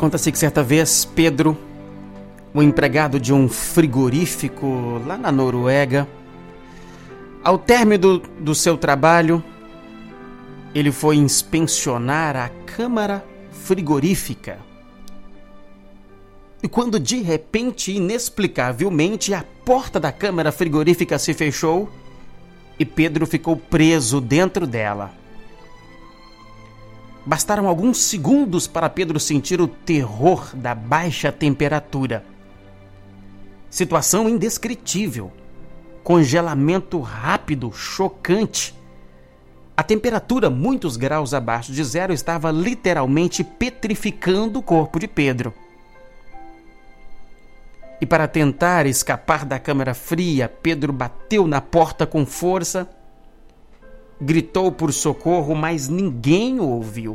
Conta-se que certa vez Pedro, um empregado de um frigorífico lá na Noruega, ao término do seu trabalho, ele foi inspecionar a câmara frigorífica. E quando de repente, inexplicavelmente, a porta da câmara frigorífica se fechou e Pedro ficou preso dentro dela. Bastaram alguns segundos para Pedro sentir o terror da baixa temperatura. Situação indescritível. Congelamento rápido, chocante. A temperatura, muitos graus abaixo de zero, estava literalmente petrificando o corpo de Pedro. E para tentar escapar da câmara fria, Pedro bateu na porta com força, gritou por socorro, mas ninguém o ouviu.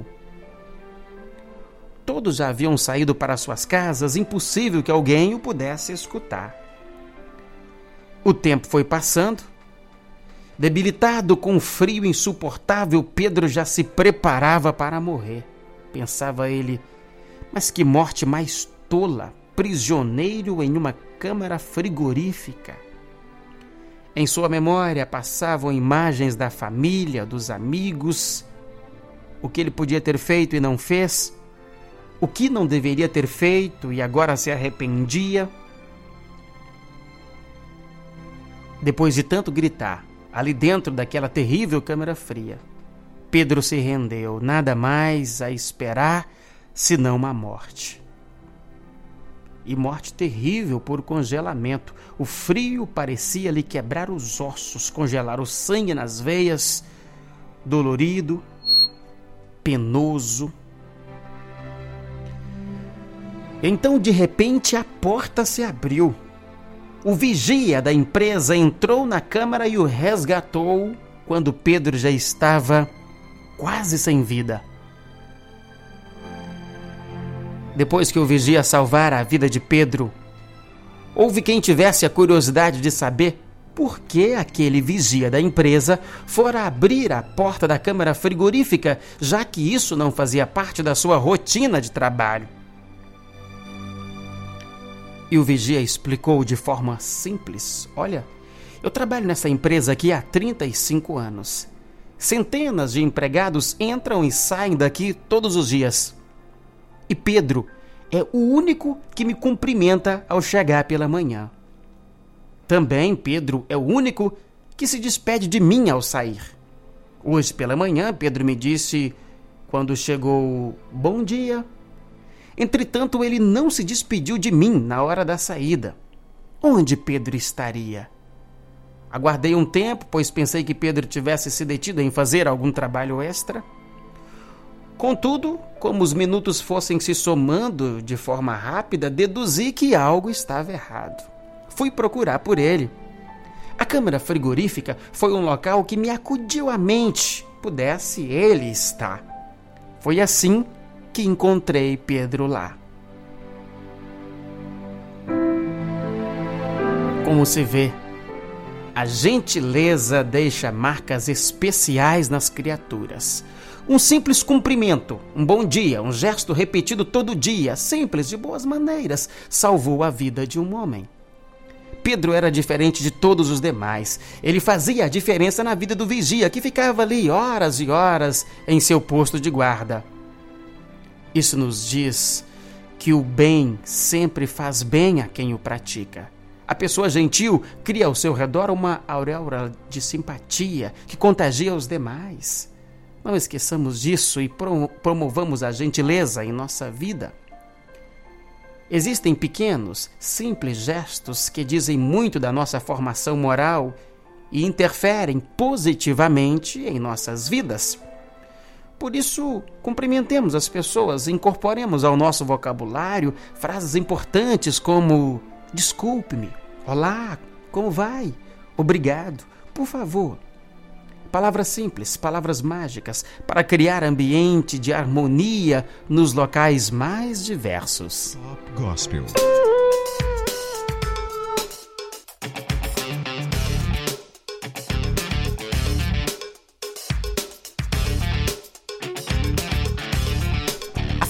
Todos já haviam saído para suas casas, impossível que alguém o pudesse escutar. O tempo foi passando. Debilitado com o frio insuportável, Pedro já se preparava para morrer. Pensava ele, mas que morte mais tola, prisioneiro em uma câmara frigorífica. Em sua memória passavam imagens da família, dos amigos, o que ele podia ter feito e não fez, o que não deveria ter feito e agora se arrependia. Depois de tanto gritar, ali dentro daquela terrível câmara fria, Pedro se rendeu, nada mais a esperar senão a morte. E morte terrível por congelamento. O frio parecia lhe quebrar os ossos, congelar o sangue nas veias, dolorido, penoso. Então, de repente, a porta se abriu. O vigia da empresa entrou na câmara e o resgatou quando Pedro já estava quase sem vida. Depois que o vigia salvara a vida de Pedro, houve quem tivesse a curiosidade de saber por que aquele vigia da empresa fora abrir a porta da câmara frigorífica, já que isso não fazia parte da sua rotina de trabalho. E o vigia explicou de forma simples: olha, eu trabalho nessa empresa aqui há 35 anos. Centenas de empregados entram e saem daqui todos os dias. E Pedro é o único que me cumprimenta ao chegar pela manhã. Também Pedro é o único que se despede de mim ao sair. Hoje pela manhã, Pedro me disse, quando chegou, bom dia. Entretanto, ele não se despediu de mim na hora da saída. Onde Pedro estaria? Aguardei um tempo, pois pensei que Pedro tivesse se detido em fazer algum trabalho extra. Contudo, como os minutos fossem se somando de forma rápida, deduzi que algo estava errado. Fui procurar por ele. A câmara frigorífica foi um local que me acudiu à mente. Pudesse ele estar. Foi assim que encontrei Pedro lá. Como se vê, a gentileza deixa marcas especiais nas criaturas. Um simples cumprimento, um bom dia, um gesto repetido todo dia, simples, de boas maneiras, salvou a vida de um homem. Pedro era diferente de todos os demais. Ele fazia a diferença na vida do vigia, que ficava ali horas e horas em seu posto de guarda. Isso nos diz que o bem sempre faz bem a quem o pratica. A pessoa gentil cria ao seu redor uma auréola de simpatia que contagia os demais. Não esqueçamos disso e promovamos a gentileza em nossa vida. Existem pequenos, simples gestos que dizem muito da nossa formação moral e interferem positivamente em nossas vidas. Por isso, cumprimentemos as pessoas, incorporemos ao nosso vocabulário frases importantes como desculpe-me, olá, como vai, obrigado, por favor. Palavras simples, palavras mágicas, para criar ambiente de harmonia nos locais mais diversos. Top Gospel.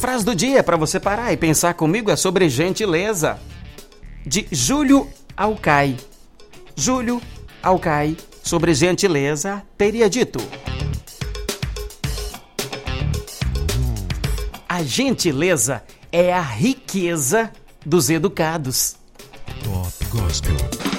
frase do dia para você parar e pensar comigo é sobre gentileza. De Júlio Alcai. Júlio Alcai, sobre gentileza, teria dito: a gentileza é a riqueza dos educados. Top Gospel.